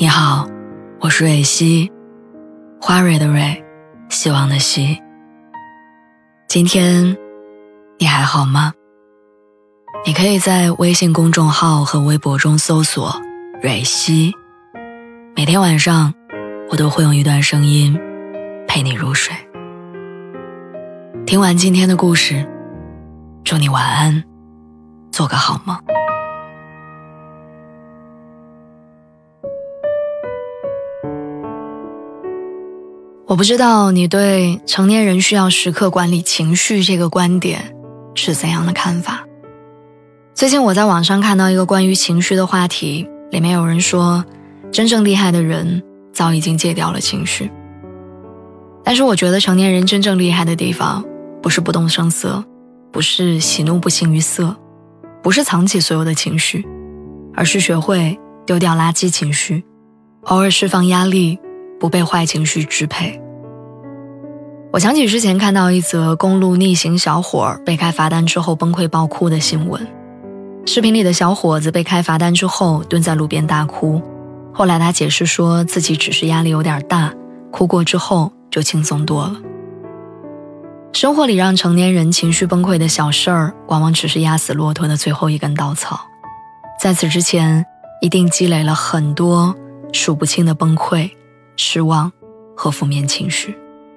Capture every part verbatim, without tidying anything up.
你好，我是蕊希，花蕊的蕊，希望的希。今天你还好吗？你可以在微信公众号和微博中搜索蕊希，每天晚上我都会用一段声音陪你入睡。听完今天的故事，祝你晚安，做个好梦。我不知道你对成年人需要时刻管理情绪这个观点是怎样的看法。最近我在网上看到一个关于情绪的话题，里面有人说真正厉害的人早已经戒掉了情绪。但是我觉得成年人真正厉害的地方，不是不动声色，不是喜怒不形于色，不是藏起所有的情绪，而是学会丢掉垃圾情绪，偶尔释放压力，不被坏情绪支配。我想起之前看到一则公路逆行小伙被开罚单之后崩溃爆哭的新闻。视频里的小伙子被开罚单之后蹲在路边大哭，后来他解释说自己只是压力有点大，哭过之后就轻松多了。生活里让成年人情绪崩溃的小事儿，往往只是压死骆驼的最后一根稻草，在此之前一定积累了很多数不清的崩溃、失望和负面情绪。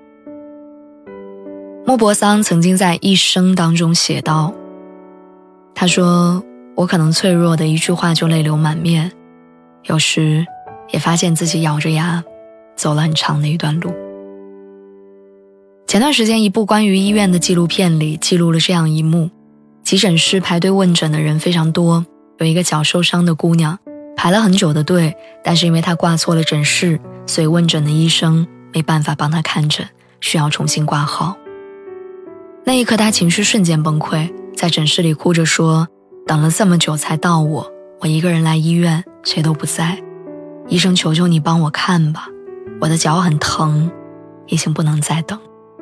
莫泊桑曾经在一生当中写道，他说，我可能脆弱的一句话就泪流满面，有时也发现自己咬着牙走了很长的一段路。前段时间一部关于医院的纪录片里记录了这样一幕，急诊室排队问诊的人非常多，有一个脚受伤的姑娘排了很久的队，但是因为她挂错了诊室，所以问诊的医生没办法帮她看诊，需要重新挂号。那一刻她情绪瞬间崩溃，在诊室里哭着说，等了这么久才到我，我一个人来医院，谁都不在，医生求求你帮我看吧，我的脚很疼，已经不能再等。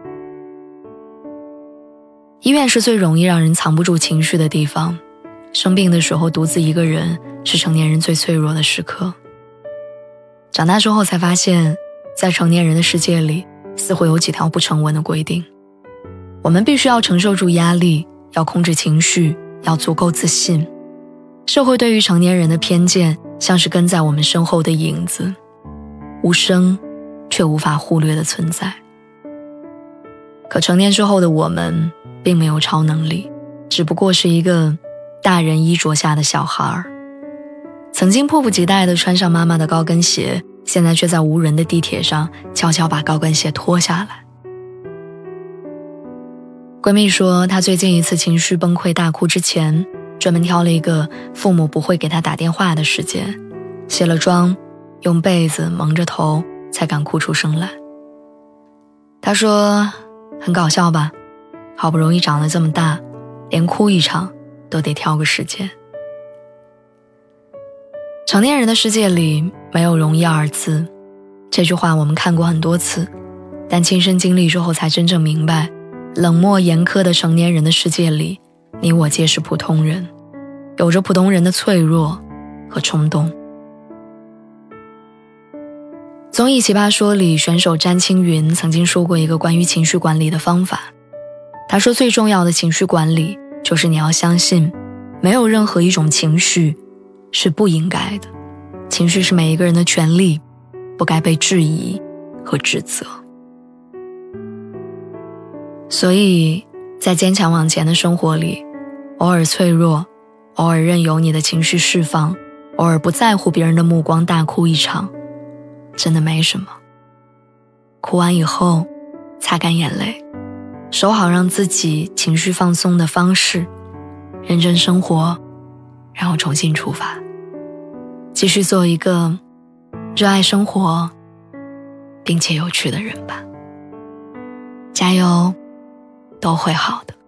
医院是最容易让人藏不住情绪的地方，生病的时候独自一个人是成年人最脆弱的时刻。长大之后才发现，在成年人的世界里，似乎有几条不成文的规定。我们必须要承受住压力，要控制情绪，要足够自信。社会对于成年人的偏见，像是跟在我们身后的影子，无声却无法忽略的存在。可成年之后的我们并没有超能力，只不过是一个大人衣着下的小孩，曾经迫不及待地穿上妈妈的高跟鞋，现在却在无人的地铁上悄悄把高跟鞋脱下来。闺蜜说，她最近一次情绪崩溃大哭之前，专门挑了一个父母不会给她打电话的时间，卸了妆，用被子蒙着头，才敢哭出声来。她说，很搞笑吧，好不容易长得这么大，连哭一场都得挑个时间。成年人的世界里没有容易二字，这句话我们看过很多次，但亲身经历之后才真正明白，冷漠严苛的成年人的世界里，你我皆是普通人，有着普通人的脆弱和冲动。综艺奇葩说里，选手詹青云曾经说过一个关于情绪管理的方法。他说，最重要的情绪管理就是你要相信，没有任何一种情绪是不应该的，情绪是每一个人的权利，不该被质疑和指责。所以在坚强往前的生活里，偶尔脆弱，偶尔任由你的情绪释放，偶尔不在乎别人的目光大哭一场，真的没什么。哭完以后擦干眼泪，守好让自己情绪放松的方式，认真生活，然后重新出发，继续做一个热爱生活并且有趣的人吧。加油，都会好的。